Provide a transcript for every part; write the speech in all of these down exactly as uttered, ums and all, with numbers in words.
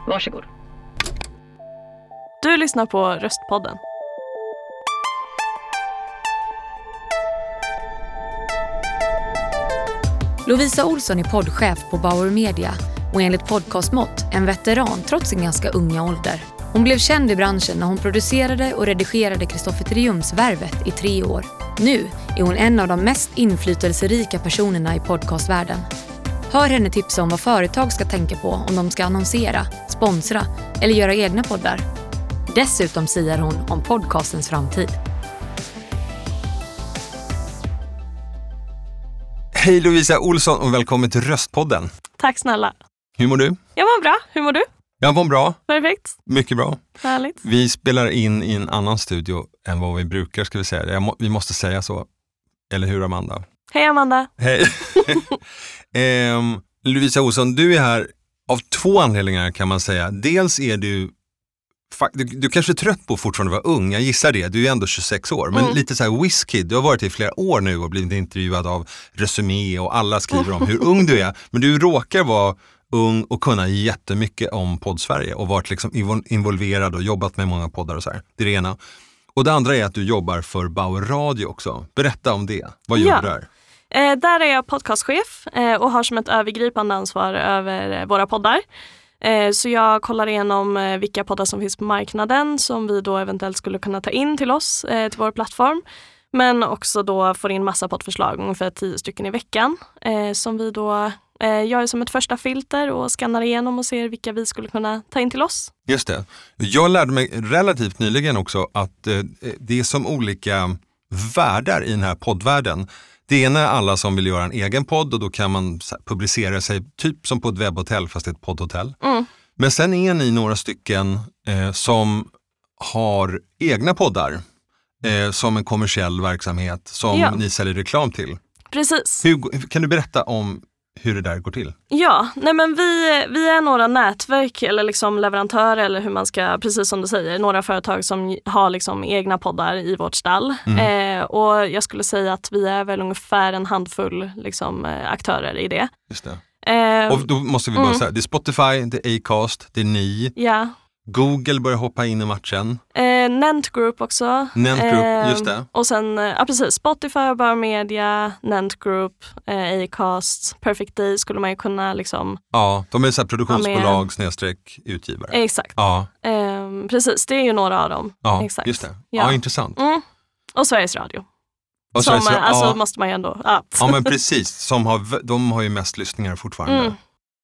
Varsågod. Du lyssnar på Röstpodden. Lovisa Olsson är poddchef på Bauer Media och enligt podcastmått en veteran trots sin ganska unga ålder. Hon blev känd i branschen när hon producerade och redigerade Kristoffer Triumfs Värvet i tre år. Nu är hon en av de mest inflytelserika personerna i podcastvärlden. Hör henne tipsa om vad företag ska tänka på om de ska annonsera, sponsra eller göra egna poddar. Dessutom säger hon om podcastens framtid. Hej Lovisa Olsson och välkommen till Röstpodden. Tack snälla. Hur mår du? Jag mår bra. Hur mår du? Jag mår bra. Perfekt. Mycket bra. Härligt. Vi spelar in i en annan studio än vad vi brukar, ska vi säga. Jag må, vi måste säga så. Eller hur, Amanda? Hej Amanda. Hej. ehm, Lovisa Olsson, du är här av två anledningar kan man säga. Dels är du Du, du kanske är trött på fortfarande att vara ung, jag gissar det. Du är ändå tjugosex år, men mm. lite så här whiskid. Du har varit i flera år nu och blivit intervjuad av Resumé och alla skriver om hur ung du är. Men du råkar vara ung och kunna jättemycket om podd-Sverige och varit liksom involverad och jobbat med många poddar och så här. Det är det ena. Och det andra är att du jobbar för Bauer Radio också. Berätta om det. Vad gör ja. du där? Eh, där är jag podcastchef eh, och har som ett övergripande ansvar över eh, våra poddar. Så jag kollar igenom vilka poddar som finns på marknaden som vi då eventuellt skulle kunna ta in till oss, till vår plattform. Men också då får in massa poddförslag, ungefär tio stycken i veckan. Som vi då gör som ett första filter och skannar igenom och ser vilka vi skulle kunna ta in till oss. Just det. Jag lärde mig relativt nyligen också att det är som olika världar i den här poddvärlden. Det ena är alla som vill göra en egen podd och då kan man publicera sig typ som på ett webbhotell fast det är ett poddhotell. Mm. Men sen är ni några stycken eh, som har egna poddar eh, som en kommersiell verksamhet som ja. ni säljer reklam till. Precis. Hur, kan du berätta om hur det där går till? Ja, nej men vi, vi är några nätverk eller liksom leverantörer eller hur man ska, precis som du säger, några företag som har liksom egna poddar i vårt stall. Mm. Eh, och jag skulle säga att vi är väl ungefär en handfull liksom, eh, aktörer i det. Just det. Eh, och då måste vi bara mm. säga, det är Spotify, det är Acast, det är ni. Ja. Google börjar hoppa in i matchen. Eh, Nent Group också. Nent Group, eh, just det. Och sen, ja precis, Spotify, Bauer Media, Nent Group, eh, Acast, Perfect Day skulle man ju kunna liksom... Ja, de är så här produktionsbolag, snedstreck, utgivare. Exakt. Ja. Eh, precis, det är ju några av dem. Ja, exakt. Just det. Ja, ja intressant. Mm. Och Sveriges Radio. Och som, Sveriges, alltså ja. måste man ju ändå... Ja, ja men precis. Som har, de har ju mest lyssningar fortfarande. Mm.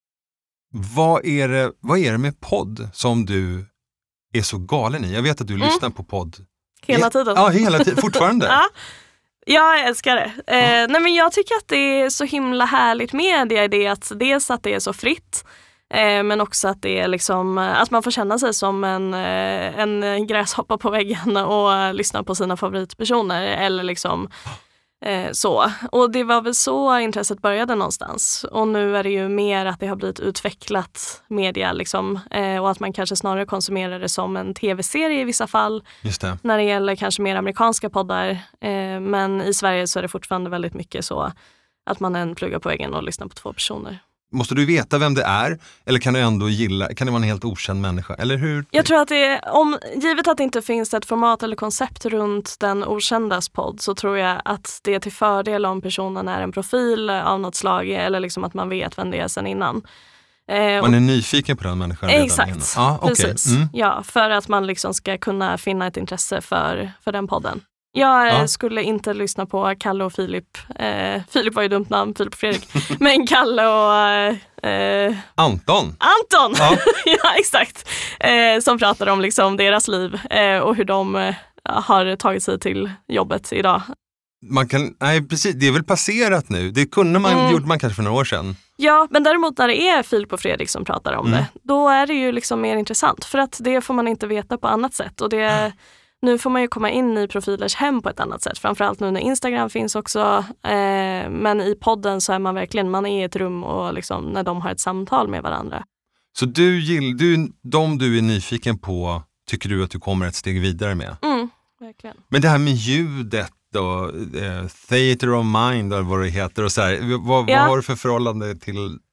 Vad är det, vad är det med podd som du är så galen i? Jag vet att du mm. lyssnar på podd. Hela tiden. Ja, hela tiden. Fortfarande. Ja. Jag älskar det. Eh, nej men jag tycker att det är så himla härligt med det. det att dels att det är så fritt. Eh, men också att det är liksom att man får känna sig som en, eh, en gräshoppa på väggen och lyssna på sina favoritpersoner. Eller liksom eh, så. Och det var väl så intresset började någonstans. Och nu är det ju mer att det har blivit utvecklat media liksom. Eh, och att man kanske snarare konsumerar det som en tv-serie i vissa fall. Just det. När det gäller kanske mer amerikanska poddar. Eh, men i Sverige så är det fortfarande väldigt mycket så att man en pluggar på väggen och lyssnar på två personer. Måste du veta vem det är? Eller kan du ändå gilla, kan det vara en helt okänd människa? Eller hur? Jag tror att det är, om, givet att det inte finns ett format eller koncept runt den okändas podd så tror jag att det är till fördel om personen är en profil av något slag eller liksom att man vet vem det är sedan innan. Eh, man är nyfiken på den människan redan exakt, innan. Ah, okay. Precis. Mm. Ja, för att man liksom ska kunna finna ett intresse för, för den podden. Jag ja. skulle inte lyssna på Kalle och Filip. Eh, Filip var ju dumt namn, Filip och Fredrik. Men Kalle och... Eh, Anton. Anton! Ja, ja exakt. Eh, som pratar om liksom deras liv eh, och hur de eh, har tagit sig till jobbet idag. Man kan, nej precis, det är väl passerat nu. Det kunde man, mm. gjorde man kanske för några år sedan. Ja, men däremot när det är Filip och Fredrik som pratar om mm. det, då är det ju liksom mer intressant. För att det får man inte veta på annat sätt. Och det mm. Nu får man ju komma in i profilers hem på ett annat sätt. Framförallt nu när Instagram finns också. Eh, men i podden så är man verkligen, man är i ett rum och liksom, när de har ett samtal med varandra. Så du, gill, du, de du är nyfiken på tycker du att du kommer ett steg vidare med? Mm, verkligen. Men det här med ljudet och eh, theater of mind och vad det heter och så här. Vad, ja. vad har du för förhållande till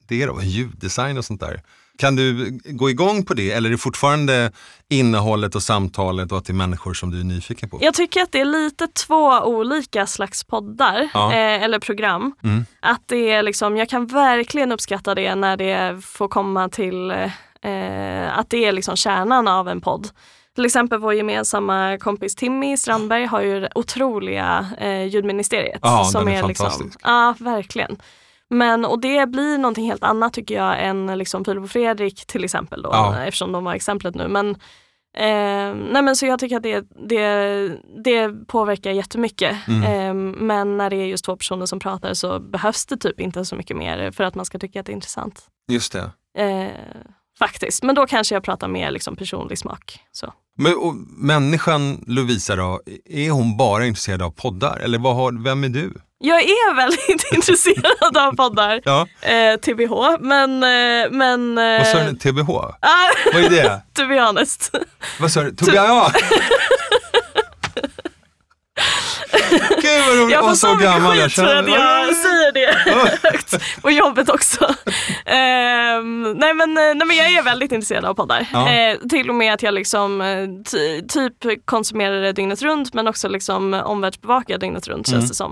det är då, ljuddesign och sånt där. Kan du gå igång på det eller är det fortfarande innehållet och samtalet och att det är människor som du är nyfiken på? Jag tycker att det är lite två olika slags poddar ja. eh, eller program. Mm. Att det är liksom, jag kan verkligen uppskatta det när det får komma till eh, att det är liksom kärnan av en podd. Till exempel vår gemensamma kompis Timmy Strandberg har ju det otroliga eh, ljudministeriet. Ja, som den är, är fantastisk. Liksom, ja, verkligen. Men, och det blir någonting helt annat tycker jag än liksom Filip och Fredrik till exempel då, ja. eftersom de var exemplet nu. Men, eh, nej men så jag tycker att det, det, det påverkar jättemycket. Mm. Eh, men när det är just två personer som pratar så behövs det typ inte så mycket mer för att man ska tycka att det är intressant. Just det. Eh, faktiskt. Men då kanske jag pratar mer liksom personlig smak. Så. Men och, människan Lovisa då, är hon bara intresserad av poddar? Eller vad har, vem är du? Jag är väldigt intresserad av poddar, ja. eh, T B H, men... Eh, men eh, vad sa du? T B H? Ah, vad är det? To be honest. Vad sa du? To be, ja. Gud vad roligt, jag får så, så mycket gammal skit jag för att jag säger det högt på jobbet också. um, nej, men, nej men jag är väldigt intresserad av poddar. Ja. Eh, till och med att jag liksom ty, typ konsumerar det dygnet runt men också liksom omvärldsbevakar dygnet runt mm. känns det som.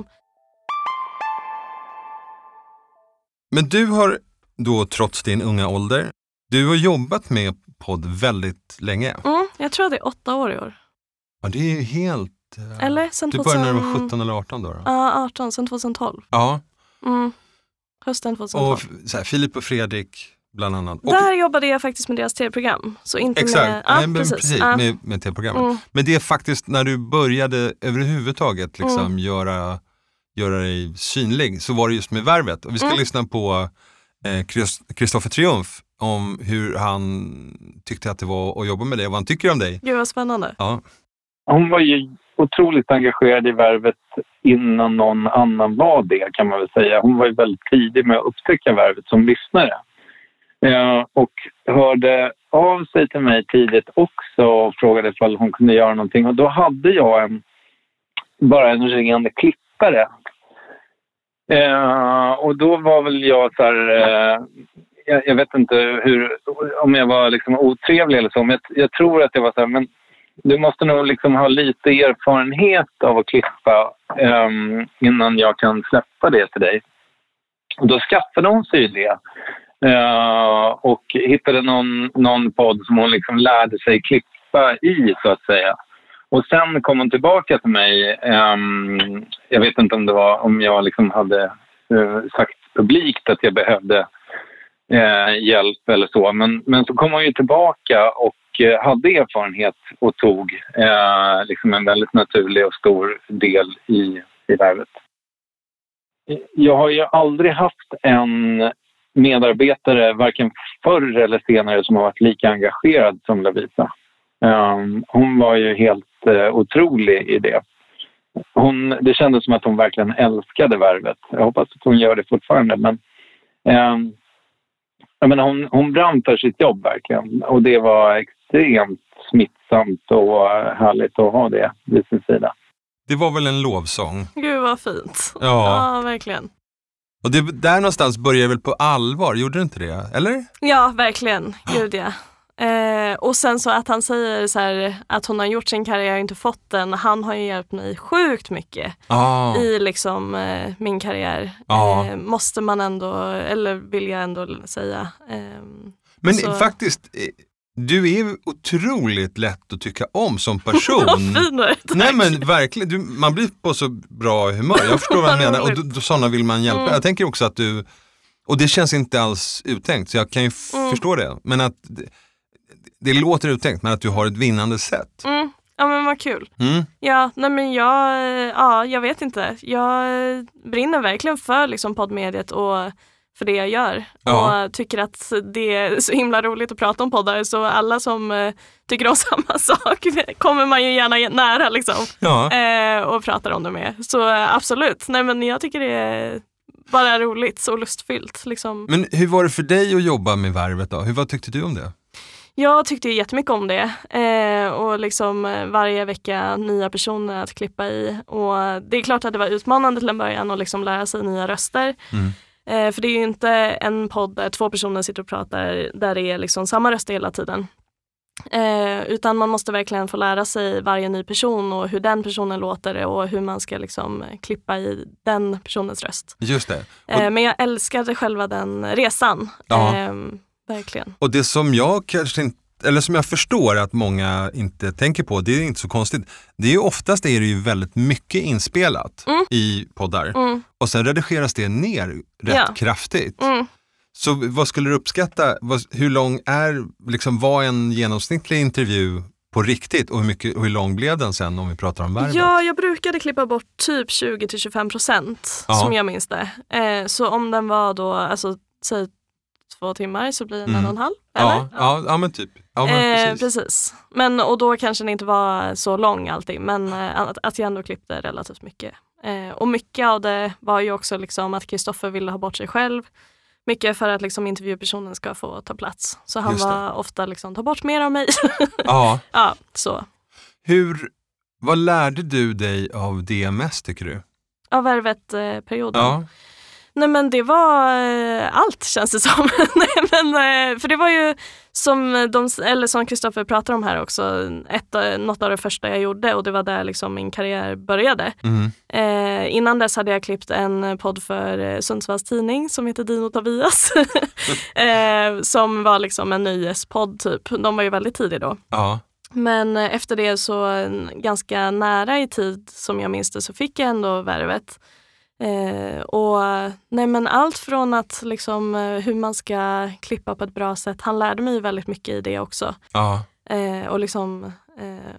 Men du har då trots din unga ålder, du har jobbat med podd väldigt länge. Mm, jag tror att det är åtta år i år. Ja, det är ju helt... Eller sen du tjugohundra... började när du var sjutton eller arton då? då? Ja, arton, sen tjugotolv. Ja. Mm. Hösten tjugotolv. Och så här, Filip och Fredrik bland annat. Och, där jobbade jag faktiskt med deras tv-program. Så inte exakt, med... Ja, nej, men precis. precis Ja. med, med tv-programmet. Mm. Men det är faktiskt när du började överhuvudtaget liksom Mm. göra, göra dig synlig så var det just med Värvet. Och vi ska Mm. lyssna på Kristoffer eh, Triumf om hur han tyckte att det var att jobba med dig och vad han tycker om dig. Gud vad spännande. Ja. Hon var ju otroligt engagerad i Värvet innan någon annan var det kan man väl säga. Hon var ju väldigt tidig med att upptäcka Värvet som lyssnare. Eh, och hörde av sig till mig tidigt också och frågade ifall hon kunde göra någonting. Och då hade jag en, bara en ringande klippare. Eh, och då var väl jag så här... Eh, jag, jag vet inte hur, om jag var liksom otrevlig eller så. Men jag, jag tror att jag var så här... Men, du måste nog liksom ha lite erfarenhet av att klippa um, innan jag kan släppa det till dig. Och då skaffade hon sig det. Uh, och hittade någon, någon podd som hon liksom lärde sig klippa i så att säga. Och sen kom hon tillbaka till mig. Um, jag vet inte om det var om jag liksom hade uh, sagt publikt att jag behövde uh, hjälp eller så. Men, men så kom hon ju tillbaka och hade erfarenhet och tog eh, liksom en väldigt naturlig och stor del i, i Värvet. Jag har ju aldrig haft en medarbetare, varken förr eller senare, som har varit lika engagerad som Lovisa. Um, hon var ju helt uh, otrolig i det. Hon, det kändes som att hon verkligen älskade Värvet. Jag hoppas att hon gör det fortfarande, men um, jag menar, hon, hon brann för sitt jobb verkligen. Och det var extremt smittsamt och härligt att ha det vid sin sida. Det var väl en lovsång? Gud vad fint. Ja, ja verkligen. Och det, där någonstans började väl på allvar, gjorde det inte det? Eller? Ja, verkligen. Gud ja. Eh, och sen så att han säger så här, att hon har gjort sin karriär och inte fått den. Han har ju hjälpt mig sjukt mycket ah. i liksom eh, min karriär. Ah. Eh, måste man ändå, eller vill jag ändå säga. Eh, Men så... faktiskt, du är otroligt lätt att tycka om som person. Vad fin du är, tack. Nej men verkligen, du, man blir på så bra humör. Jag förstår vad jag menar. Och då, då, sådana vill man hjälpa. Mm. Jag tänker också att du, och det känns inte alls uttänkt. Så jag kan ju f- mm. förstå det. Men att det, det låter uttänkt, men att du har ett vinnande sätt. Mm. Ja men vad kul. Mm. Ja, nej men jag, ja, jag vet inte. Jag brinner verkligen för liksom poddmediet och för det jag gör. Ja. Och tycker att det är så himla roligt att prata om poddar. Så alla som eh, tycker om samma sak kommer man ju gärna nära liksom. Ja. Eh, och pratar om det med. Så eh, absolut. Nej men jag tycker det är bara roligt, så lustfyllt liksom. Men hur var det för dig att jobba med Värvet då? Hur, vad tyckte du om det? Jag tyckte jättemycket om det. Eh, och liksom varje vecka nya personer att klippa i. Och det är klart att det var utmanande till en början att liksom lära sig nya röster. Mm. Eh, för det är ju inte en podd där två personer sitter och pratar där det är liksom samma röst hela tiden. Eh, utan man måste verkligen få lära sig varje ny person och hur den personen låter och hur man ska liksom klippa i den personens röst. Just det. Och, eh, men jag älskade själva den resan. Ja. Eh, verkligen. Och det som jag kanske inte, eller som jag förstår att många inte tänker på, det är inte så konstigt. Det är ju oftast är det ju väldigt mycket inspelat mm. i poddar. Mm. Och sen redigeras det ner rätt Ja. kraftigt. Mm. Så vad skulle du uppskatta, vad, hur lång är, liksom var en genomsnittlig intervju på riktigt och hur, mycket, och hur lång blev den sen om vi pratar om värvet? Ja, jag brukade klippa bort typ tjugo till tjugofem procent Ja. som jag minns det. Eh, så om den var då, alltså säg två timmar så blir den Mm. en och en halv, eller? Ja, ja, ja men typ. Ja, men eh, precis. precis. Men, och då kanske den inte var så lång alltid, men eh, att, att jag ändå klippte relativt mycket. Eh, och mycket av det var ju också liksom att Kristoffer ville ha bort sig själv. Mycket för att liksom intervjupersonen ska få ta plats. Så han var ofta liksom, ta bort mer av mig. Ja. Ja, så. Hur, vad lärde du dig av D M S tycker du? Av värvet-perioden. Ja. Nej men det var eh, allt känns det som. Nej, men, eh, för det var ju som de, eller som Kristoffer pratar om här också, ett, något av det första jag gjorde och det var där liksom min karriär började. Mm. Eh, innan dess hade jag klippt en podd för eh, Sundsvalls tidning som heter Dino Tavias. eh, som var liksom en nöjespodd typ. De var ju väldigt tidiga då. Ja. Men eh, efter det så eh, ganska nära i tid som jag minns det så fick jag ändå värvet. Eh, och nej men allt från att liksom eh, hur man ska klippa på ett bra sätt. Han lärde mig väldigt mycket i det också. Ja. Eh, och liksom eh,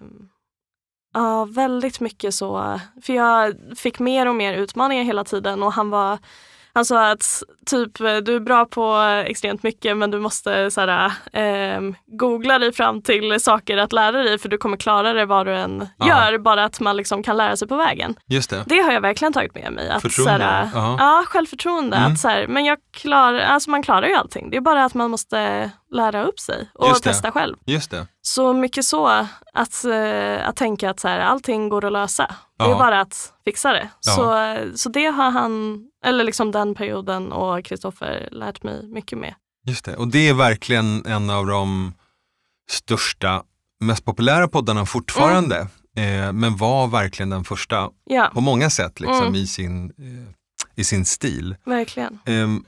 ja, väldigt mycket så. För jag fick mer och mer utmaningar hela tiden och han var han sa att typ du är bra på extremt mycket men du måste såhär, eh, googla dig fram till saker att lära dig för du kommer klara det vad du än Ja. gör, bara att man liksom kan lära sig på vägen. Just det. Det har jag verkligen tagit med mig. Att, Förtroende. såhär, Ja. ja, självförtroende. Mm. Att, såhär, men jag klarar, alltså man klarar ju allting. Det är bara att man måste lära upp sig och Just det. testa själv. Just det. Så mycket så att, eh, att tänka att såhär, allting går att lösa. Det är Ja. bara att fixa det. Ja. Så, så det har han, eller liksom den perioden och Kristoffer lärt mig mycket med. Just det. Och det är verkligen en av de största, mest populära poddarna fortfarande. Mm. Eh, men var verkligen den första Ja, på många sätt liksom, Mm. i, sin, eh, i sin stil. verkligen. Ehm,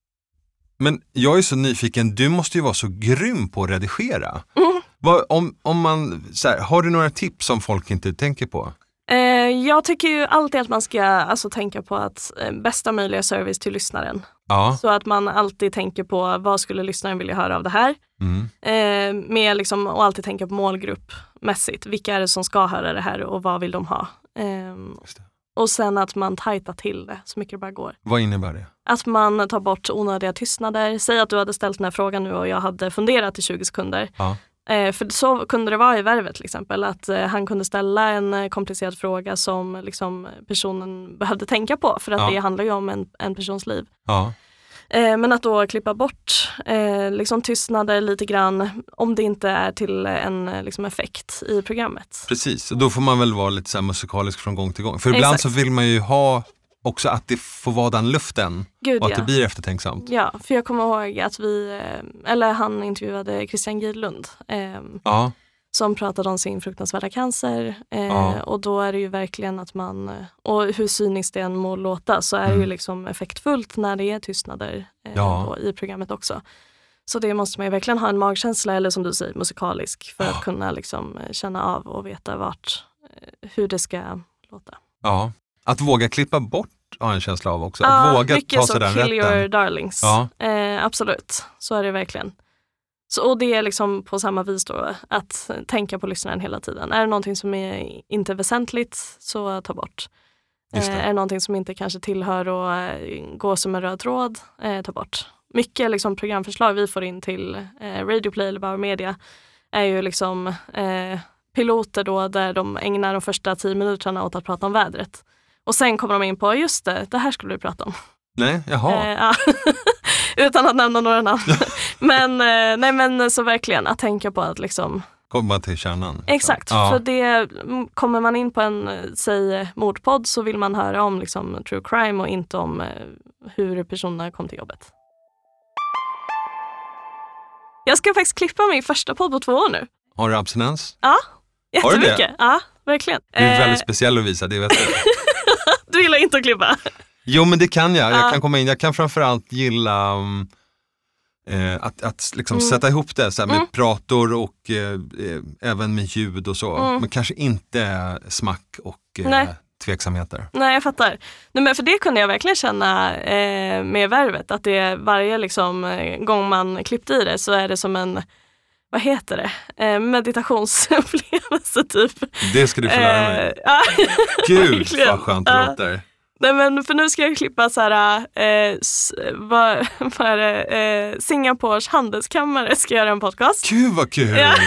men jag är så nyfiken, du måste ju vara så grym på att redigera. Mm. Vad, om, om man, så här, har du några tips som folk inte tänker på? Eh, jag tycker ju alltid att man ska alltså, tänka på att eh, bästa möjliga service till lyssnaren. Ja. Så att man alltid tänker på vad skulle lyssnaren vilja höra av det här. Mm. Eh, med liksom, och alltid tänka på målgruppmässigt. Vilka är det som ska höra det här och vad vill de ha? Eh, Just det. och sen att man tajtar till det så mycket det bara går. Vad innebär det? Att man tar bort onödiga tystnader. Säg att du hade ställt den här frågan nu och jag hade funderat i tjugo sekunder. Ja. Eh, för så kunde det vara i värvet till exempel. Att eh, han kunde ställa en eh, komplicerad fråga som liksom, personen behövde tänka på. För att Ja. det handlar ju om en, en persons liv. Ja. Eh, men att då klippa bort eh, liksom tystnader lite grann om det inte är till en eh, liksom effekt i programmet. Precis, och då får man väl vara lite så här musikalisk från gång till gång. För ibland Exakt. så vill man ju ha också att det får vara den luften Gud och att ja. det blir eftertänksamt. Ja, för jag kommer ihåg att vi, eh, eller han intervjuade Christian Gidlund. Eh, Ja, som pratade om sin fruktansvärda cancer. Eh, Ja. Och då är det ju verkligen att man, och hur cyniskt det än må låta, så är det ju Mm. liksom effektfullt när det är tystnader eh, Ja. då, i programmet också. Så det måste man ju verkligen ha en magkänsla, eller som du säger, musikalisk, för Ja. att kunna liksom känna av och veta vart, eh, hur det ska låta. ja. Att våga klippa bort har jag en känsla av också. Ja, Att våga mycket ta så sig den kill your rätten. darlings. Ja. Eh, absolut, så är det verkligen. Så, och det är liksom på samma vis då, att tänka på lyssnaren hela tiden. Är det någonting som är inte väsentligt, så ta bort. Just det. Eh, är det någonting som inte kanske tillhör och eh, går som en röd tråd, eh, ta bort. Mycket liksom programförslag vi får in till eh, Radioplay eller Bauer Media är ju liksom eh, piloter då, där de ägnar de första tio minuterna åt att prata om vädret. Och sen kommer de in på, just det, det här skulle vi prata om. Nej, jaha. Eh, ja. Utan att nämna några namn. men, eh, nej, men så verkligen att tänka på att liksom, komma till kärnan. Exakt, ja. för det kommer man in på en, säg, mordpodd så vill man höra om liksom true crime och inte om eh, hur personerna kom till jobbet. Jag ska faktiskt klippa min första podd på två år nu. Har du abstinens? Ja, jättemycket. Har du det? Ja, verkligen. Du är väldigt eh, speciell att visa, det vet du. Du gillar inte att klippa? Jo, men det kan jag. Jag ja. kan komma in. Jag kan framförallt gilla um, eh, att, att liksom mm. sätta ihop det så här, med mm. prator och eh, även med ljud och så. Mm. Men kanske inte smack och eh, tveksamheter. Nej, jag fattar. Nej, men för det kunde jag verkligen känna eh, med Värvet. Att det varje liksom, gång man klippte i det så är det som en, vad heter det? Eh, meditationsupplevelse typ. Det ska du få lära mig. Eh, ja. Gud, vad skönt det låter. Nej, men för nu ska jag klippa så här, eh, vad, vad är det? Eh, Singapores handelskammare ska göra en podcast. Gud vad kul! Ja.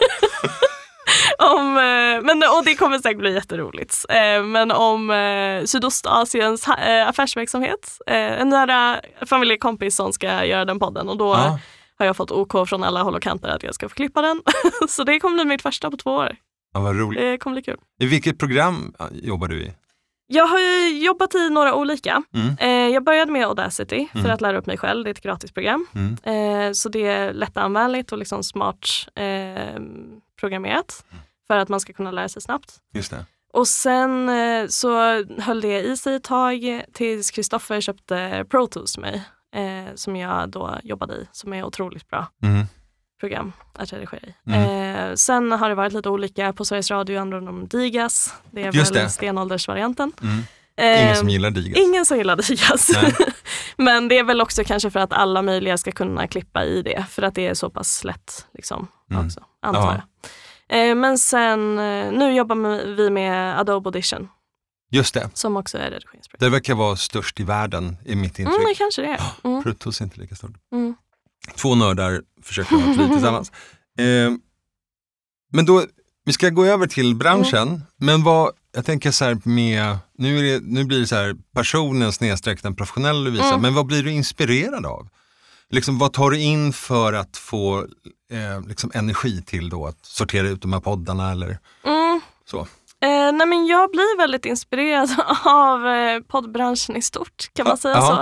om, eh, men, och det kommer säkert bli jätteroligt. Eh, men om eh, Sydostasiens ha, eh, affärsverksamhet. Eh, en nära familjekompis som ska göra den podden och då ja. har jag fått OK från alla håll och kanter att jag ska få klippa den. Så det kommer bli mitt första på två år. Ja, vad roligt. Det kommer bli kul. I vilket program jobbar du i? Jag har ju jobbat i några olika. Mm. Eh, jag började med Audacity mm. för att lära upp mig själv. Det är ett gratisprogram. Mm. Eh, så det är lättanvändigt och liksom smart eh, programmerat mm. för att man ska kunna lära sig snabbt. Just det. Och sen eh, så höll det i sig ett tag tills Kristoffer köpte Pro Tools till mig. Eh, som jag då jobbade i. Som är otroligt bra Mm. program att redigera i. Mm. Eh, sen har det varit lite olika på Sveriges Radio. Använder de Digas. Det är Just väl det. stenåldersvarianten. Mm. Eh, Ingen som gillar Digas. Ingen som gillar Digas. Men det är väl också kanske för att alla möjliga ska kunna klippa i det. För att det är så pass lätt liksom, mm. också, antar jag. Eh, men sen, eh, nu jobbar vi med Adobe Audition. Just det. Som också är redigeringsprogram. Det verkar vara störst i världen i mitt intryck. Mm, kanske det. Mm. Pro Tools är inte lika stort. Mm. Två nördar försöker ha ett tillsammans. Eh, men då, vi ska gå över till branschen. Mm. Men vad, jag tänker så här med, nu, är det, nu blir det så här personen snedsträckt den professionella Lovisa. Mm. Men vad blir du inspirerad av? Liksom, vad tar du in för att få eh, liksom energi till då? Att sortera ut de här poddarna eller mm. så? Eh, nej men jag blir väldigt inspirerad av eh, poddbranschen i stort, kan man säga Aha. så.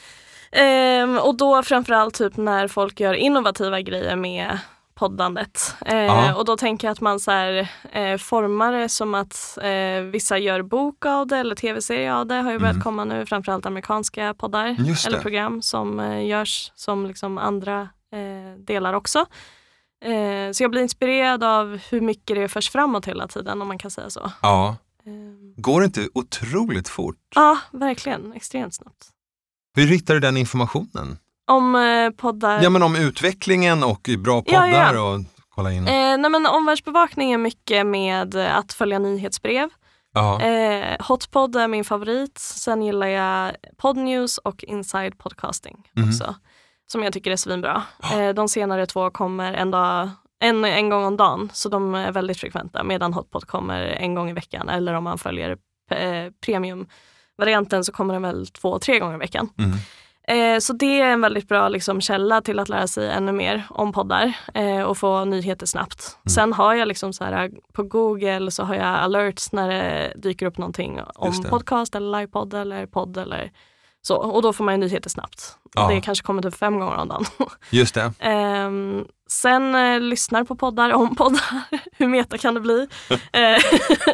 Eh, och då framförallt typ när folk gör innovativa grejer med poddandet. Eh, och då tänker jag att man så här, eh, formar det som att eh, vissa gör bok av det eller tv-serie av det. Har ju börjat mm. komma nu, framförallt amerikanska poddar eller program som eh, görs som liksom andra eh, delar också. Eh, så jag blir inspirerad av hur mycket det förs framåt hela tiden, om man kan säga så. Ja. Eh. Går det inte otroligt fort? Ja, verkligen. Extremt snabbt. Hur hittar du den informationen? Om eh, poddar? Ja, men om utvecklingen och bra poddar ja, ja. och kolla in. Eh, nej, men omvärldsbevakning är mycket med att följa nyhetsbrev. Eh, Hotpod är min favorit. Sen gillar jag Podnews och Inside Podcasting mm. också. Som jag tycker är svinbra. Eh, de senare två kommer en, dag, en, en gång om dagen. Så de är väldigt frekventa. Medan Hotpod kommer en gång i veckan. Eller om man följer eh, premiumvarianten så kommer den väl två, tre gånger i veckan. Mm. Eh, så det är en väldigt bra liksom, källa till att lära sig ännu mer om poddar. Eh, och få nyheter snabbt. Mm. Sen har jag liksom så här, på Google så har jag alerts när det dyker upp någonting om podcast eller livepodd eller podd eller så. Och då får man ju nyheter snabbt. Ja. Det kanske kommer typ fem gånger om dagen. Just det. Eh, sen eh, lyssnar på poddar om poddar. Hur meta kan det bli? eh,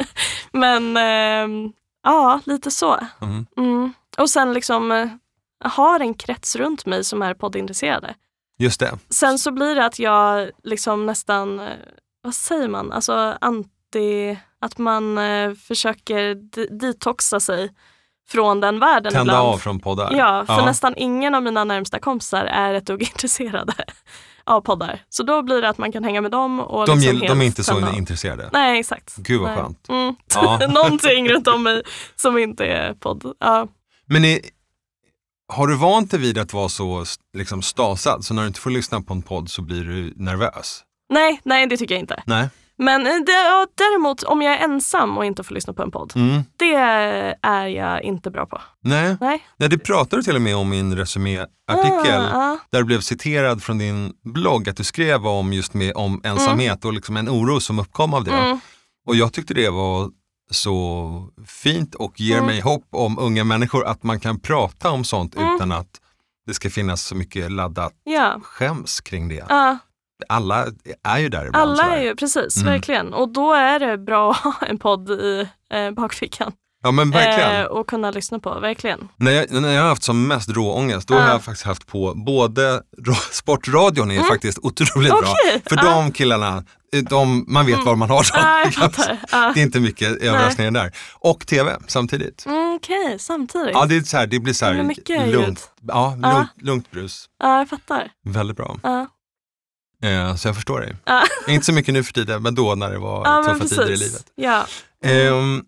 men eh, ja, lite så. Mm. Mm. Och sen liksom eh, har en krets runt mig som är poddintresserade. Just det. Sen så blir det att jag liksom nästan, eh, vad säger man? Alltså anti, att man eh, försöker d- detoxa sig från den världen Tända ibland. av från poddar. Ja, för ja. nästan ingen av mina närmsta kompisar är ett dugg intresserade av poddar. Så då blir det att man kan hänga med dem. Och de, liksom gill, de är inte så av. intresserade? Nej, exakt. Gud vad Nej. skönt. Mm. Ja. Någonting runt om mig som inte är podd. Ja. Men är, har du vant dig vid att vara så liksom, stasad? Så när du inte får lyssna på en podd så blir du nervös? Nej, nej det tycker jag inte. Nej. Men det, ja, däremot om jag är ensam och inte får lyssna på en podd, Mm. det är jag inte bra på. Nej. Nej. Nej, det pratar du till och med om i en resuméartikel Ah, ah. där du blev citerad från din blogg att du skrev om just med om ensamhet och liksom en oro som uppkom av det. Mm. Och jag tyckte det var så fint och ger Mm. mig hopp om unga människor att man kan prata om sånt Mm. utan att det ska finnas så mycket laddat Ja. skäms kring det. Ja. Alla är ju där ibland. Alla sådär. är ju, precis, Mm. verkligen. Och då är det bra att ha en podd i eh, bakfickan. Ja men verkligen. Eh, och kunna lyssna på, verkligen. När jag, när jag har haft som mest råångest, då Ja. har jag faktiskt haft på både ra- sportradion är Mm. faktiskt otroligt bra. Okej, För ja. de killarna, de, man vet var man har dem. Ja, jag fattar. Ja. Det är inte mycket överraskningar där. Och tv samtidigt. Mm, Okej, samtidigt. Ja, det, är så här, det blir så här Det blir mycket lugnt. Ja, lugnt, Ja. lugnt brus. Ja, jag fattar. Väldigt bra. Ja. Eh, så jag förstår dig. Ja. Inte så mycket nu för tiden, men då när det var Ja, men tuffa tider i precis. livet. Ja. Ehm,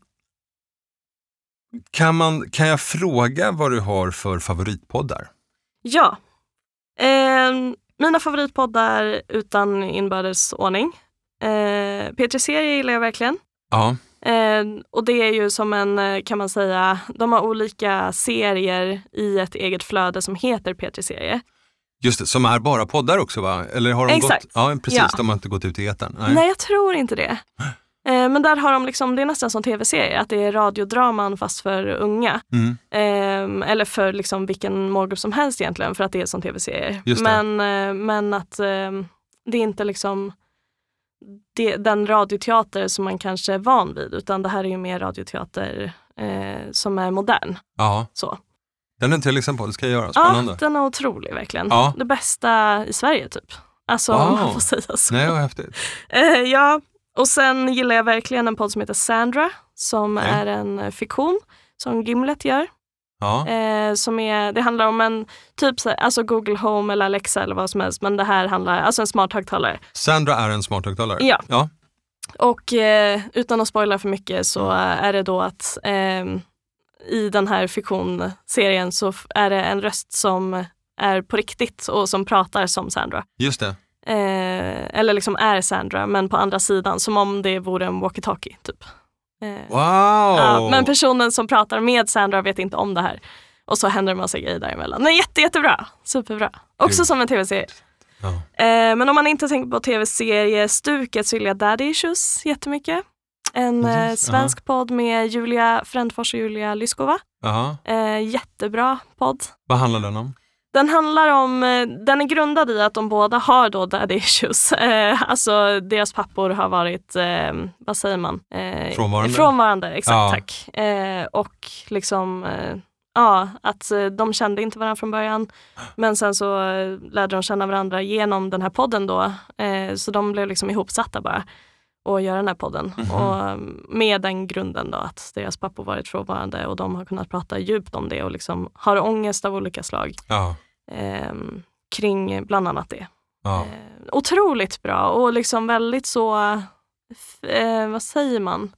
kan, man, kan jag fråga vad du har för favoritpoddar? Ja. Eh, mina favoritpoddar utan inbördes ordning. Eh, P tre-serie gillar jag verkligen. Ja. Eh, och det är ju som en, eh, kan man säga, de har olika serier i ett eget flöde som heter P tre-serie. Just det, som är bara poddar också va? Eller har de Exakt. gått? Ja, precis. Ja. De har inte gått ut i etern. Nej. Nej, jag tror inte det. Eh, men där har de liksom, det är nästan som tv-serie, att det är radiodraman fast för unga. Mm. Eh, eller för liksom vilken målgrupp som helst egentligen, för att det är som tv-serie. Just det. Men, eh, men att eh, det är inte liksom det, den radioteater som man kanske är van vid, utan det här är ju mer radioteater eh, som är modern. Ja, Så. den är inte jag lyssnat på. Det ska jag göra. Spännande. Ja, den är otrolig verkligen. Ja. Det bästa i Sverige typ. Alltså Wow. om man får säga så. Nej, vad häftigt. Eh, ja, och sen gillar jag verkligen en podd som heter Sandra, som Okej. är en eh, fiktion som Gimlet gör. Ja. Eh, som är, det handlar om en typ så, alltså Google Home eller Alexa eller vad som helst, men det här handlar, alltså en smart högtalare. Sandra är en smart högtalare. Ja. Ja. Och eh, utan att spoila för mycket så är det då att eh, i den här fiktionserien så f- är det en röst som är på riktigt och som pratar som Sandra. Just det. Eh, eller liksom är Sandra, men på andra sidan, som om det vore en walkie-talkie typ. Eh, Wow! ja, men personen som pratar med Sandra vet inte om det här. Och så händer det massa grejer däremellan. Nej, jätte, jättebra. Superbra. Också Kul. som en tv-serie. Ja. Eh, men om man inte tänker på tv-seriestuket så gillar jag Daddy Issues jättemycket. En eh, Yes, svensk podd med Julia Frändfors och Julia Lyskova. Jaha. Eh, jättebra podd. Vad handlar den om? Den handlar om, eh, den är grundad i att de båda har då daddy issues. Eh, alltså deras pappor har varit, eh, vad säger man? Eh, Frånvarande. Frånvarande, exakt, Ja. tack. Eh, och liksom, eh, ja, att eh, de kände inte varandra från början. Men sen så eh, lärde de känna varandra genom den här podden då. Eh, så de blev liksom ihopsatta bara och göra den här podden. Mhm. Och med den grunden då, att deras pappor varit frånvarande och de har kunnat prata djupt om det och liksom har ångest av olika slag. Ja. Eh, kring bland annat det. Ja. Eh, otroligt bra och liksom väldigt så, f- eh, vad säger man?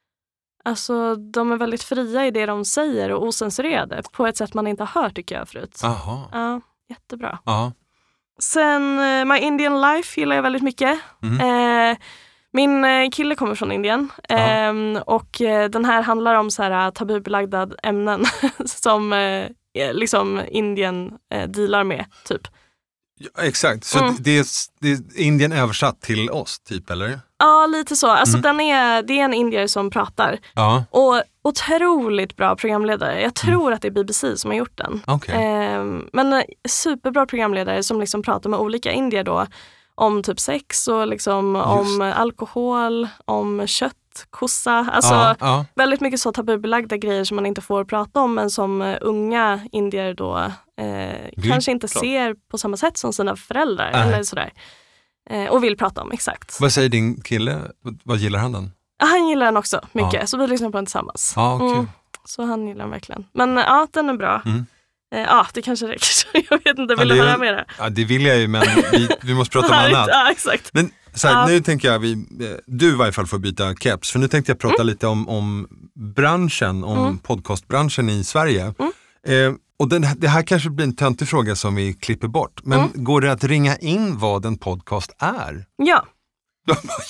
Alltså de är väldigt fria i det de säger och osensurerade på ett sätt man inte har hört tycker jag förut. Jaha. Ja, jättebra. Ja. Sen eh, My Indian Life gillar jag väldigt mycket. Mm. Eh, min eh, kille kommer från Indien eh, och eh, den här handlar om så här tabubelagda ämnen som eh, liksom Indien eh, dealar med typ. Ja, exakt, så Mm. det, är, det är Indien översatt till oss typ, eller? Ja, lite så. Alltså Mm. den är, det är en indier som pratar. Ja, Och otroligt bra programledare. Jag tror att det är B B C som har gjort den. okej. Eh, men eh, superbra programledare som liksom pratar med olika indier då. Om typ sex och liksom om alkohol, om kött, kossa. Alltså Ja, ja. väldigt mycket så tabubelagda grejer som man inte får prata om men som eh, unga indier då eh, kanske inte klart. ser på samma sätt som sina föräldrar Nej. eller sådär. Eh, och vill prata om, exakt. Vad säger din kille? Vad- Vad gillar han den? Ja, han gillar den också mycket, Ja. så vi lyssnar på den tillsammans. Ja, okej. Mm, så han gillar den verkligen. Men eh, ja, den är bra. Mm. Eh, ja, det kanske räcker. Jag vet inte, vill Ja, du det är- höra mer? Ja, det vill jag ju, men vi, vi måste prata om Härligt. annat. Ja, exakt. Men så här, Ja. nu tänker jag, vi, eh, du i varje fall får byta keps, för nu tänkte jag prata lite om, om branschen, om Mm. podcastbranschen i Sverige. Mm. Eh, och den, det här kanske blir en töntig fråga som vi klipper bort, men Mm. går det att ringa in vad en podcast är? Ja, Ja,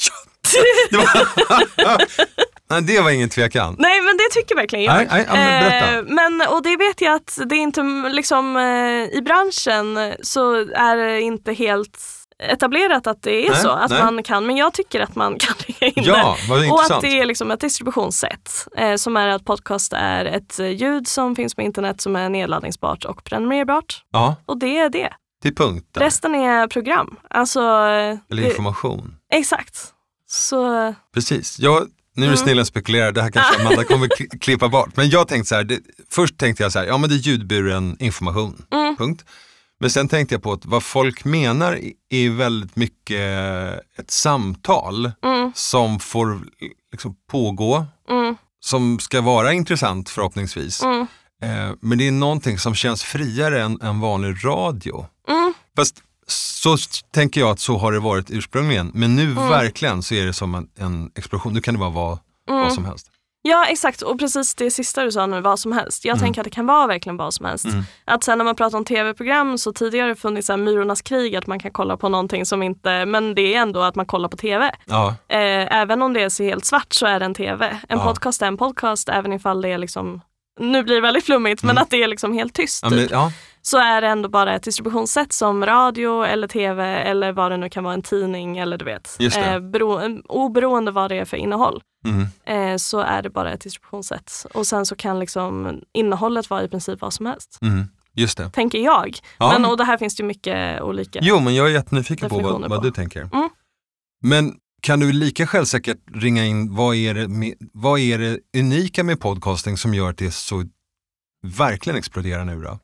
det, var... Nej, det var ingen tvekan. Nej, men det tycker verkligen jag. Nej, nej, ja, men berätta. Eh, men, och det vet jag att det är inte liksom eh, i branschen så är det inte helt etablerat att det är nej, så att nej. man kan, men jag tycker att man kan lägga in ja, det. Och att det är liksom ett distributionssätt eh, som är att podcast är ett ljud som finns på internet som är nedladdningsbart och prenumererbart. Ja. Och det är det. Till punkt. Där. Resten är program. Alltså, eller information. Det, exakt. Så... Precis. Jag, nu är du mm. snäll och spekulerar, det här kanske Amanda kommer k- klippa bort. Men jag tänkte så här, det, först tänkte jag så här, ja men det är ljudburen information. Mm. Punkt. Men sen tänkte jag på att vad folk menar är väldigt mycket ett samtal mm. som får liksom pågå, mm. som ska vara intressant förhoppningsvis. Mm. Eh, men det är någonting som känns friare än, än vanlig radio. Mm. Fast så tänker jag att så har det varit ursprungligen. Men nu mm. verkligen så är det som en, en explosion. Nu kan det vara vad, mm. vad som helst. Ja, exakt. Och precis det sista du sa nu, vad som helst. Jag mm. tänker att det kan vara verkligen vad som helst. Mm. Att sen när man pratar om tv-program så tidigare har det funnits så här Myrornas krig, att man kan kolla på någonting som inte, men det är ändå att man kollar på tv. Ja. Eh, även om det ser helt svart så är det en tv. En ja. podcast är en podcast, även ifall det är liksom, nu blir det väldigt flummigt, mm. men att det är liksom helt tyst. Ja, men, ja. Så är det ändå bara ett distributionssätt som radio eller tv eller vad det nu kan vara, en tidning eller du vet. Just det. Eh, bero, oberoende vad det är för innehåll. Mm. Eh, så är det bara ett distributionssätt. Och sen så kan liksom innehållet vara i princip vad som helst. Mm. Just det. Tänker jag. Ja. Men, och det här finns det ju mycket olika. Jo, men jag är jättenyfiken på vad, vad du tänker. Mm. Men kan du lika självsäkert ringa in, vad är, det med, vad är det unika med podcasting som gör att det så verkligen exploderar nu då?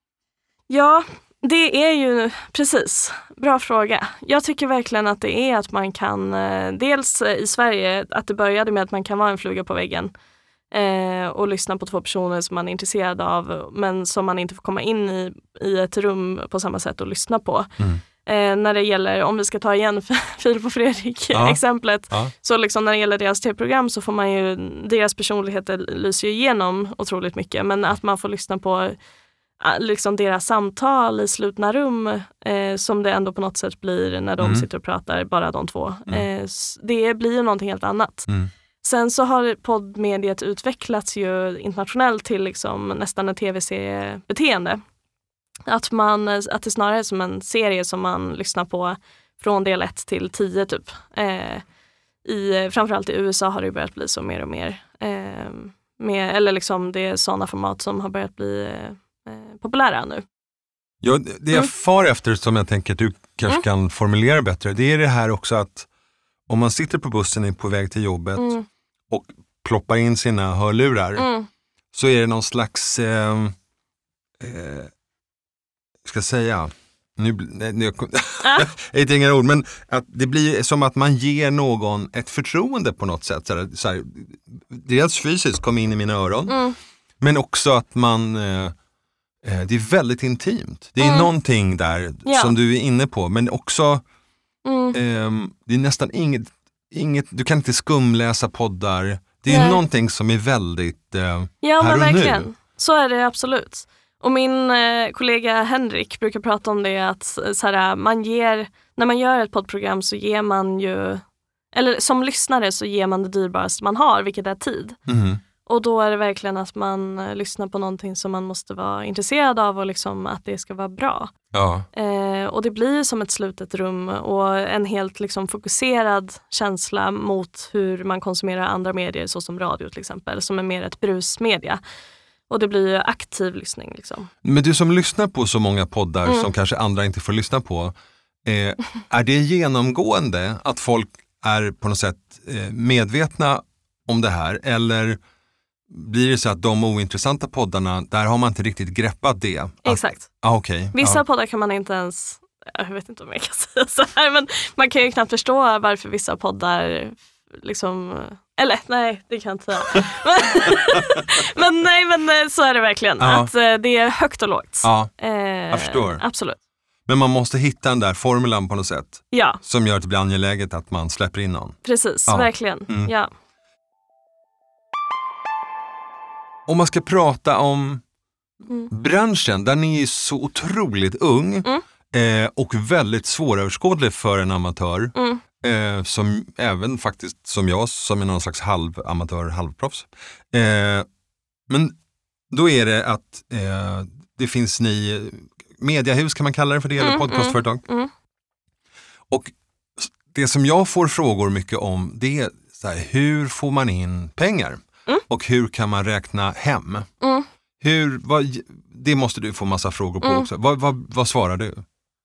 Ja, det är ju precis. Bra fråga. Jag tycker verkligen att det är att man kan, eh, dels i Sverige, att det började med att man kan vara en fluga på väggen eh, och lyssna på två personer som man är intresserad av, men som man inte får komma in i, i ett rum på samma sätt och lyssna på. Mm. Eh, när det gäller, om vi ska ta igen Filip och Fredrik ja. exemplet, ja. så liksom när det gäller deras tv-program så får man ju, deras personligheter lyser ju igenom otroligt mycket, men att man får lyssna på liksom deras samtal i slutna rum eh, som det ändå på något sätt blir när de mm. sitter och pratar, bara de två. Mm. Eh, det blir ju någonting helt annat. Mm. Sen så har poddmediet utvecklats ju internationellt till liksom nästan ett tv-seriebeteende. Att, man, att det snarare är som en serie som man lyssnar på från del ett till tio typ. Eh, i, framförallt i U S A har det börjat bli så mer och mer. Eh, med, eller liksom det är sådana format som har börjat bli eh, populära nu. Ja, det jag mm. far efter som jag tänker att du kanske mm. kan formulera bättre, det är det här också att om man sitter på bussen och är på väg till jobbet mm. och ploppar in sina hörlurar mm. så är det någon slags eh, eh, ska jag säga nu, nej, nu ah. jag hittar inga ord, men att det blir som att man ger någon ett förtroende på något sätt. Så här, så här, dels fysiskt kom in i mina öron mm. men också att man eh, det är väldigt intimt. Det är mm. någonting där ja. som du är inne på. Men också, mm. eh, det är nästan inget, inget, du kan inte skumläsa poddar. Det är Nej. någonting som är väldigt eh, ja, här men och verkligen. nu. Så är det absolut. Och min eh, kollega Henrik brukar prata om det att så här, man ger, när man gör ett poddprogram så ger man ju, eller som lyssnare så ger man det dyrbaraste man har, vilket är tid. Mm. Och då är det verkligen att man eh, lyssnar på någonting som man måste vara intresserad av och liksom att det ska vara bra. Ja. Eh, och det blir som ett slutet rum och en helt liksom fokuserad känsla mot hur man konsumerar andra medier såsom radio till exempel, som är mer ett brusmedia. Och det blir ju aktiv lyssning liksom. Men du som lyssnar på så många poddar mm. som kanske andra inte får lyssna på, eh, är det genomgående att folk är på något sätt eh, medvetna om det här, eller blir det så att de ointressanta poddarna, där har man inte riktigt greppat det? Att, Exakt. Ah, okay. Vissa ah. poddar kan man inte ens, jag vet inte om jag kan säga så här, men man kan ju knappt förstå varför vissa poddar liksom, eller nej, det kan jag inte säga. men nej, men så är det verkligen. Ah. Att eh, det är högt och lågt. Ja, eh, jag förstår. Absolut. Men man måste hitta den där formulan på något sätt. Ja. Som gör att det blir angeläget att man släpper in någon. Precis, ja. verkligen. Mm. Ja. Om man ska prata om mm. branschen, den är ju så otroligt ung mm. eh, och väldigt svåröverskådlig för en amatör. Mm. eh, som även faktiskt som jag, som är någon slags halvamatör, halvproffs. Eh, men då är det att eh, det finns ni mediehus kan man kalla det för det, eller Mm, podcastföretag. mm, mm. Och det som jag får frågor mycket om, det är så här, hur får man in pengar? Mm. Och hur kan man räkna hem? Mm. Hur, vad, det måste du få massa frågor på Mm. också. Vad, vad, vad svarar du?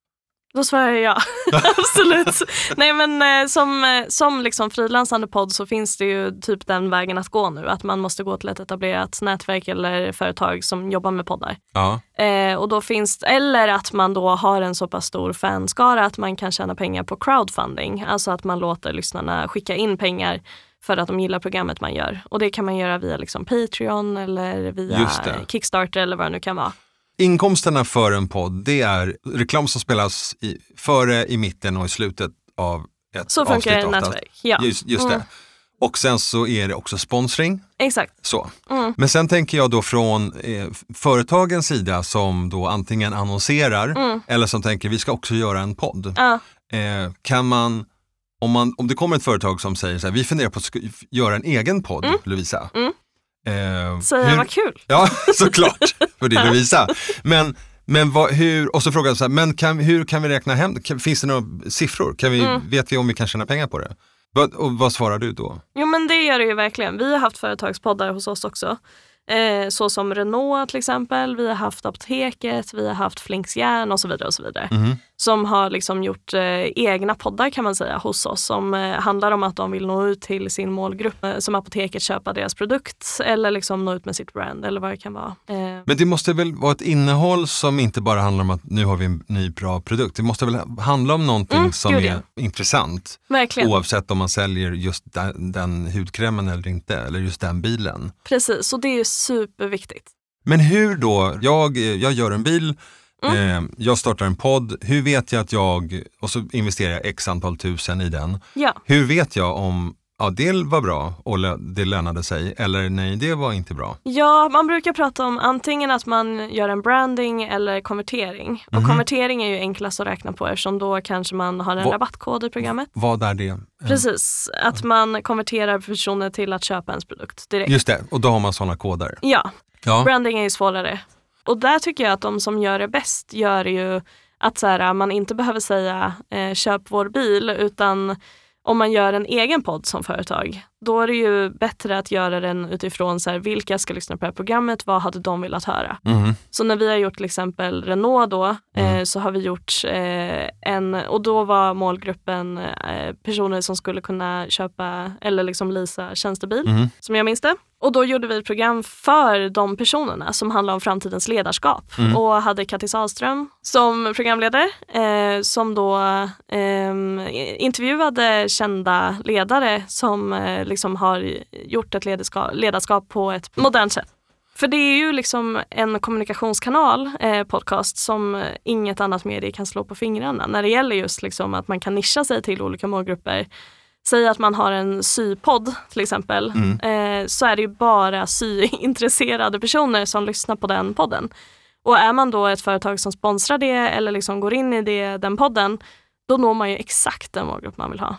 Då svarar jag absolut. Nej men eh, som, eh, som liksom frilansande podd så finns det ju typ den vägen att gå nu. Att man måste gå till ett etablerat nätverk eller företag som jobbar med poddar. Ja. Eh, och då finns det, eller att man då har en så pass stor fanskara att man kan tjäna pengar på crowdfunding. Alltså att man låter lyssnarna skicka in pengar för att de gillar programmet man gör. Och det kan man göra via liksom Patreon eller via Just det. Kickstarter eller vad det nu kan vara. Inkomsterna för en podd, det är reklam som spelas i, före, i mitten och i slutet av ett Så funkar avsnitt det oftast. nätverk. Ja. Just, just Mm. det. Och sen så är det också sponsring. Exakt. Så. Mm. Men sen tänker jag då från eh, företagens sida som då antingen annonserar Mm. eller som tänker vi ska också göra en podd. Ja. Eh, kan man om, man, om det kommer ett företag som säger så här, vi funderar på att sk- göra en egen podd, Mm. Lovisa. Mm. Eh, Säga hur- vad kul. Ja, såklart. För det är Lovisa. Men, men vad, hur, och så frågar jag så här, men kan, hur kan vi räkna hem? Kan, finns det några siffror? Kan vi, Mm. vet vi om vi kan tjäna pengar på det? Vad, och vad svarar du då? Jo men det gör det ju verkligen. Vi har haft företagspoddar hos oss också. Eh, så som Renault till exempel. Vi har haft Apoteket, vi har haft Flinksjärn och så vidare och så vidare. Mm. Som har liksom gjort eh, egna poddar kan man säga hos oss. Som eh, handlar om att de vill nå ut till sin målgrupp. Eh, som Apoteket köpa deras produkt. Eller liksom nå ut med sitt brand eller vad det kan vara. Eh, Men det måste väl vara ett innehåll som inte bara handlar om att nu har vi en ny bra produkt. Det måste väl handla om någonting Mm, som gud, är ja. intressant. verkligen. Oavsett om man säljer just den, den hudkrämen eller inte. Eller just den bilen. Precis, och det är ju superviktigt. Men hur då? Jag, jag gör en bil. Mm. Eh, jag startar en podd. Hur vet jag att jag, och så investerar jag x antal tusen i den. Ja. Hur vet jag om ja, det var bra och lö- det lönade sig eller nej, det var inte bra? Ja, man brukar prata om antingen att man gör en branding eller konvertering. Och Mhm. konvertering är ju enklast att räkna på eftersom då kanske man har en Vad- rabattkod i programmet. Vad är det? Eh, Precis, att man konverterar personer till att köpa ens produkt direkt. Just det, och då har man sådana koder. Ja, Ja. branding är ju svårare. Och där tycker jag att de som gör det bäst gör ju att så här, man inte behöver säga eh, köp vår bil, utan om man gör en egen podd som företag, då är det ju bättre att göra den utifrån så här, vilka ska lyssna på det här programmet, vad hade de velat höra. Mhm. Så när vi har gjort till exempel Renault då, eh, Mm. så har vi gjort eh, en, och då var målgruppen eh, personer som skulle kunna köpa eller liksom leasa tjänstebil, Mhm. som jag minns det. Och då gjorde vi ett program för de personerna som handlar om framtidens ledarskap. Mm. Och hade Kattis Sahlström som programledare eh, som då eh, intervjuade kända ledare som eh, liksom har gjort ett ledarskap, ledarskap på ett modernt sätt. För det är ju liksom en kommunikationskanal, eh, podcast, som inget annat medie kan slå på fingrarna. När det gäller just liksom att man kan nischa sig till olika målgrupper. Säg att man har en sypodd till exempel, Mm. eh, så är det ju bara syintresserade personer som lyssnar på den podden. Och är man då ett företag som sponsrar det eller liksom går in i det, den podden, då når man ju exakt den målgrupp man vill ha.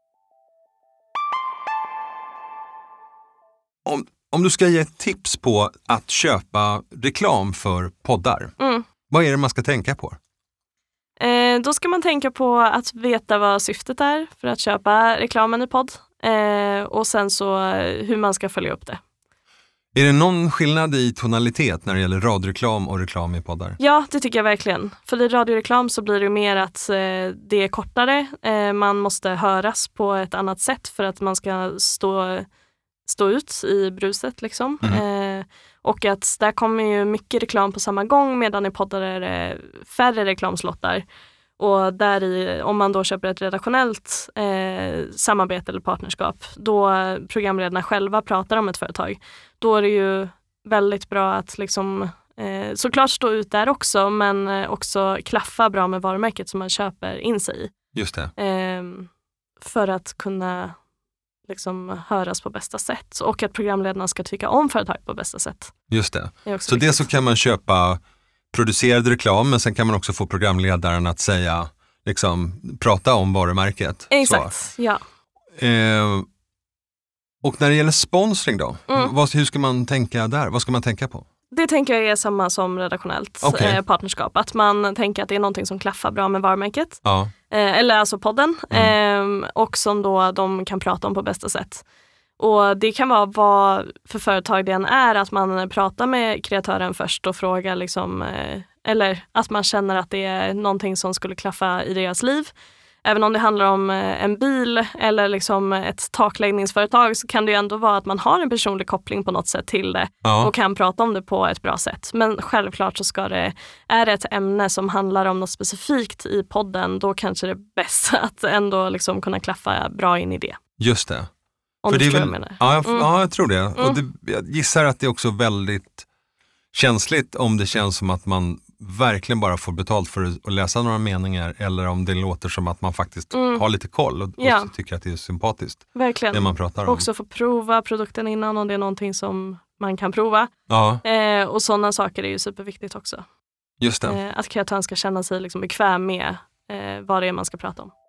Om, om du ska ge ett tips på att köpa reklam för poddar, Mm. vad är det man ska tänka på? Eh, då ska man tänka på att veta vad syftet är för att köpa reklamen i podd. Eh, och sen så eh, hur man ska följa upp det. Är det någon skillnad i tonalitet när det gäller radreklam och reklam i poddar? Ja, det tycker jag verkligen. För i radioreklam så blir det mer att eh, det är kortare. Eh, man måste höras på ett annat sätt för att man ska stå, stå ut i bruset. Liksom. Mm. Eh, och att där kommer ju mycket reklam på samma gång, medan i poddar är det färre reklamslottar. Och där i, om man då köper ett redaktionellt eh, samarbete eller partnerskap, då programledarna själva pratar om ett företag, då är det ju väldigt bra att liksom, eh, såklart stå ut där också, men eh, också klaffa bra med varumärket som man köper in sig i. Just det. Eh, för att kunna liksom höras på bästa sätt. Och att programledarna ska tycka om företag på bästa sätt. Just det. Det är också Så viktigt. det så kan man köpa producerad reklam, men sen kan man också få programledaren att säga liksom prata om varumärket. Exakt, Så. ja. Eh, och när det gäller sponsring då, Mm. vad, hur ska man tänka där? Vad ska man tänka på? Det tänker jag är samma som redaktionellt Okay. eh, partnerskap. Att man tänker att det är någonting som klaffar bra med varumärket. Ja. Eh, eller alltså podden. Mm. Eh, och som då de kan prata om på bästa sätt. Och det kan vara vad för företag det än är, att man pratar med kreatören först och frågar liksom, eh, eller att man känner att det är någonting som skulle klaffa i deras liv. Även om det handlar om eh, en bil eller liksom ett takläggningsföretag, så kan det ju ändå vara att man har en personlig koppling på något sätt till det Ja. och kan prata om det på ett bra sätt. Men självklart så ska det, är det ett ämne som handlar om något specifikt i podden, då kanske det är bäst att ändå liksom kunna klaffa bra in i det. Just det. Om För du det är förstår väl, vad jag menar. ja, jag, Mm. ja, jag tror det. Mm. Och det. Jag gissar att det är också väldigt känsligt om det känns som att man verkligen bara får betalt för att läsa några meningar, eller om det låter som att man faktiskt Mm. har lite koll och, Ja. och tycker att det är sympatiskt Verkligen. det man pratar om. Också få prova produkten innan om det är någonting som man kan prova. Ja, Eh, och sådana saker är ju superviktigt också. just det. Eh, att kreatören ska känna sig liksom bekväm med eh, vad det är man ska prata om.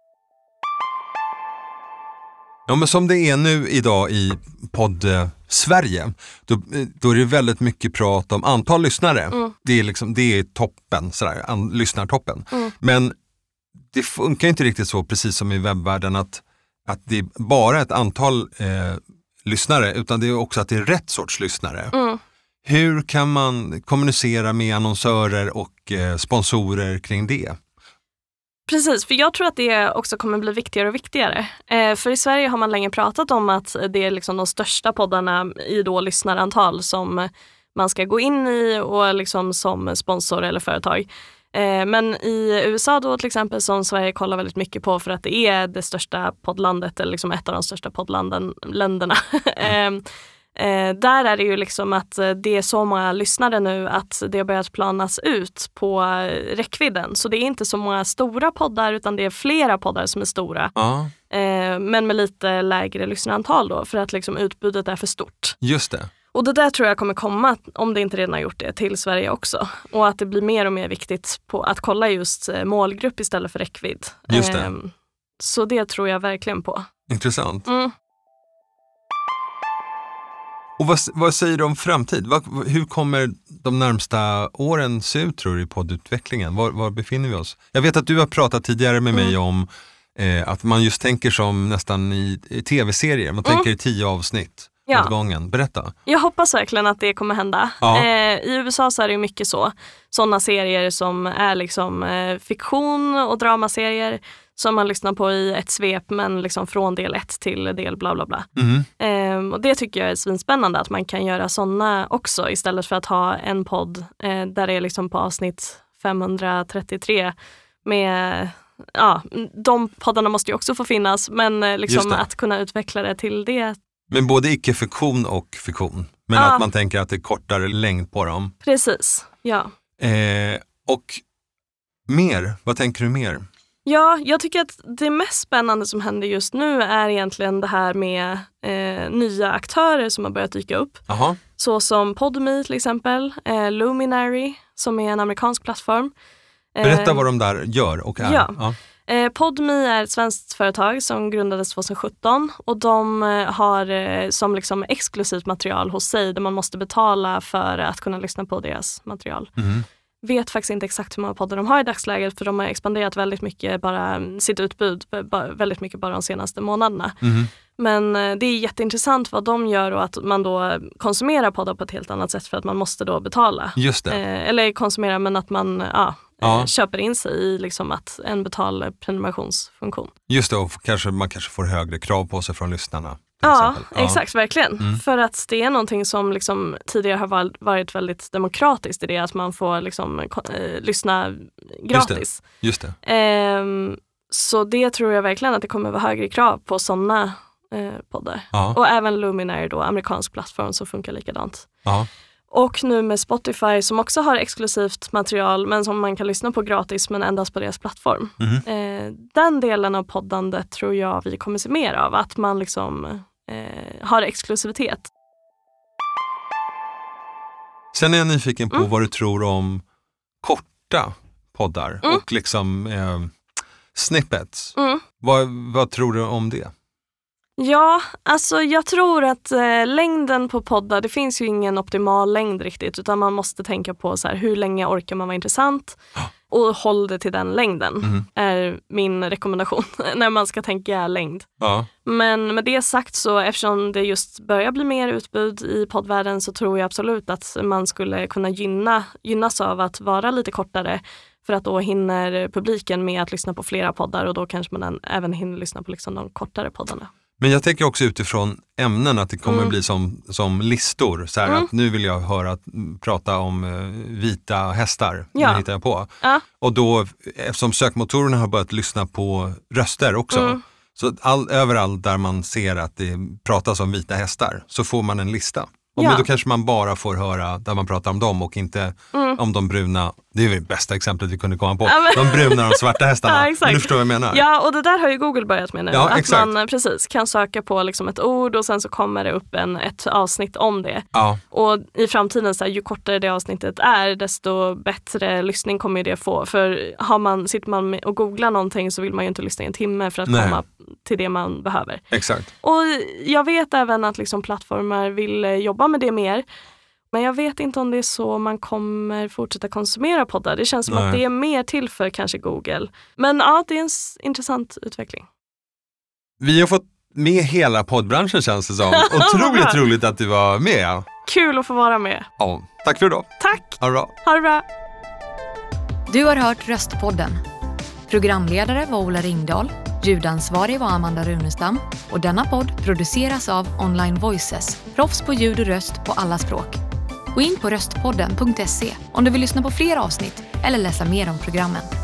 Ja, men som det är nu idag i podd eh, Sverige, då, eh, då är det väldigt mycket prat om antal lyssnare. Mm. Det är liksom, det är toppen, sådär, an, lyssnartoppen. Mm. Men det funkar inte riktigt så, precis som i webbvärlden, att, att det är bara ett antal eh, lyssnare, utan det är också att det är rätt sorts lyssnare. Mm. Hur kan man kommunicera med annonsörer och eh, sponsorer kring det? Precis, för jag tror att det också kommer bli viktigare och viktigare. Eh, för i Sverige har man länge pratat om att det är liksom de största poddarna i då lyssnarantal som man ska gå in i och liksom som sponsor eller företag. Eh, men i U S A då till exempel, som Sverige kollar väldigt mycket på för att det är det största poddlandet, eller liksom ett av de största poddländerna. eh, Eh, där är det ju liksom att eh, det är så många lyssnare nu att det har börjat planas ut på eh, räckvidden. Så det är inte så många stora poddar, utan det är flera poddar som är stora. Ja, Eh, men med lite lägre lyssnarantal då, för att liksom utbudet är för stort. just det. Och det där tror jag kommer komma, om det inte redan har gjort det, till Sverige också. Och att det blir mer och mer viktigt på att kolla just eh, målgrupp istället för räckvidd. Just det. Eh, så det tror jag verkligen på. Intressant. Mm. Och vad, vad säger du om framtid? Vad, hur kommer de närmsta åren se ut, tror du, i poddutvecklingen? Var, var befinner vi oss? Jag vet att du har pratat tidigare med mig Mm. om eh, att man just tänker som nästan i, i tv-serier. Man Mm. tänker i tio avsnitt Ja. åt gången. Berätta. Jag hoppas verkligen att det kommer hända. Ja. Eh, I U S A så är det ju mycket så. Sådana serier som är liksom eh, fiktion och dramaserier som man lyssnar på i ett svep, men liksom från del ett till del bla bla bla. Mm. Eh, och det tycker jag är svinspännande, att man kan göra sådana också istället för att ha en podd eh, där det är liksom på avsnitt femhundratrettiotre med, ja, de poddarna måste ju också få finnas, men eh, Just liksom det. att kunna utveckla det till det. Men både icke-fiktion och fiktion. Men Ja. att man tänker att det är kortare längd på dem. Precis, ja. Eh, och mer, vad tänker du mer? Ja, jag tycker att det mest spännande som händer just nu är egentligen det här med eh, nya aktörer som har börjat dyka upp. Jaha, Så som Podme till exempel, eh, Luminary som är en amerikansk plattform. Eh, berätta vad de där gör och är. ja. Ja. Eh, Podme är ett svenskt företag som grundades tjugohundrasjutton och de eh, har eh, som liksom exklusivt material hos sig där man måste betala för att kunna lyssna på deras material. Mhm. Vet faktiskt inte exakt hur många poddar de har i dagsläget, för de har expanderat väldigt mycket, bara sitt utbud ba- väldigt mycket bara de senaste månaderna. Mhm. Men eh, det är jätteintressant vad de gör och att man då konsumerar poddar på ett helt annat sätt för att man måste då betala. Just det. Eh, eller konsumera, men att man ja, Ja. eh, köper in sig i liksom att en betal prenumerationsfunktion. Just det, och kanske, man kanske får högre krav på sig från lyssnarna. till Ja, exempel. exakt, verkligen. Mm. För att det är någonting som liksom tidigare har val- varit väldigt demokratiskt i det, att man får liksom, ko- eh, lyssna gratis. Just det. Ehm, så det tror jag verkligen att det kommer vara högre krav på sådana eh, poddar. Ja. Och även Luminary då, amerikansk plattform som funkar likadant. Ja. Och nu med Spotify som också har exklusivt material men som man kan lyssna på gratis men endast på deras plattform. Mhm. Eh, den delen av poddandet tror jag vi kommer se mer av, att man liksom eh, har exklusivitet. Sen är jag nyfiken på Mm. vad du tror om korta poddar Mm. och liksom eh, snippets. Mm. Vad, vad tror du om det? Ja, alltså jag tror att eh, längden på poddar, det finns ju ingen optimal längd riktigt, utan man måste tänka på så här, hur länge orkar man vara intressant och håll det till den längden Mm. är min rekommendation när man ska tänka längd. Ja. Men med det sagt, så eftersom det just börjar bli mer utbud i poddvärlden, så tror jag absolut att man skulle kunna gynna, gynnas av att vara lite kortare, för att då hinner publiken med att lyssna på flera poddar, och då kanske man även hinner lyssna på liksom de kortare poddarna. Men jag tänker också utifrån ämnen att det kommer Mm. bli som, som listor. Så här Mm. att nu vill jag höra prata om uh, vita hästar. Ja. Det hittar jag på. Ja. Och då, eftersom sökmotorerna har börjat lyssna på röster också. Mm. Så all, överallt där man ser att det pratas om vita hästar så får man en lista. Och Ja. men då kanske man bara får höra där man pratar om dem och inte Mm. om de bruna. Det är väl det bästa exemplet vi kunde komma på. Ja, men- De bruna och de svarta hästarna. Ja, exakt. Men du förstår vad jag menar. Ja, och det där har ju Google börjat med nu. Ja, att exakt. man precis kan söka på liksom ett ord och sen så kommer det upp en, ett avsnitt om det. Ja. Och i framtiden, så här, ju kortare det avsnittet är, desto bättre lyssning kommer det få. För har man, sitter man med och googlar någonting, så vill man ju inte lyssna i en timme för att Nej. komma till det man behöver. Exakt. Och jag vet även att liksom plattformar vill eh, jobba med det mer. Men jag vet inte om det är så man kommer fortsätta konsumera poddar. Det känns som Nej. att det är mer till för kanske Google. Men ja, det är en s- intressant utveckling. Vi har fått med hela poddbranschen, känns det som. Otroligt roligt att du var med. Kul att få vara med. Ja, tack för idag. Tack! Ha det bra. Ha det bra! Du har hört Röstpodden. Programledare var Ola Ringdahl, ljudansvarig var Amanda Runestam och denna podd produceras av Online Voices, proffs på ljud och röst på alla språk. Gå in på röstpodden punkt se om du vill lyssna på fler avsnitt eller läsa mer om programmen.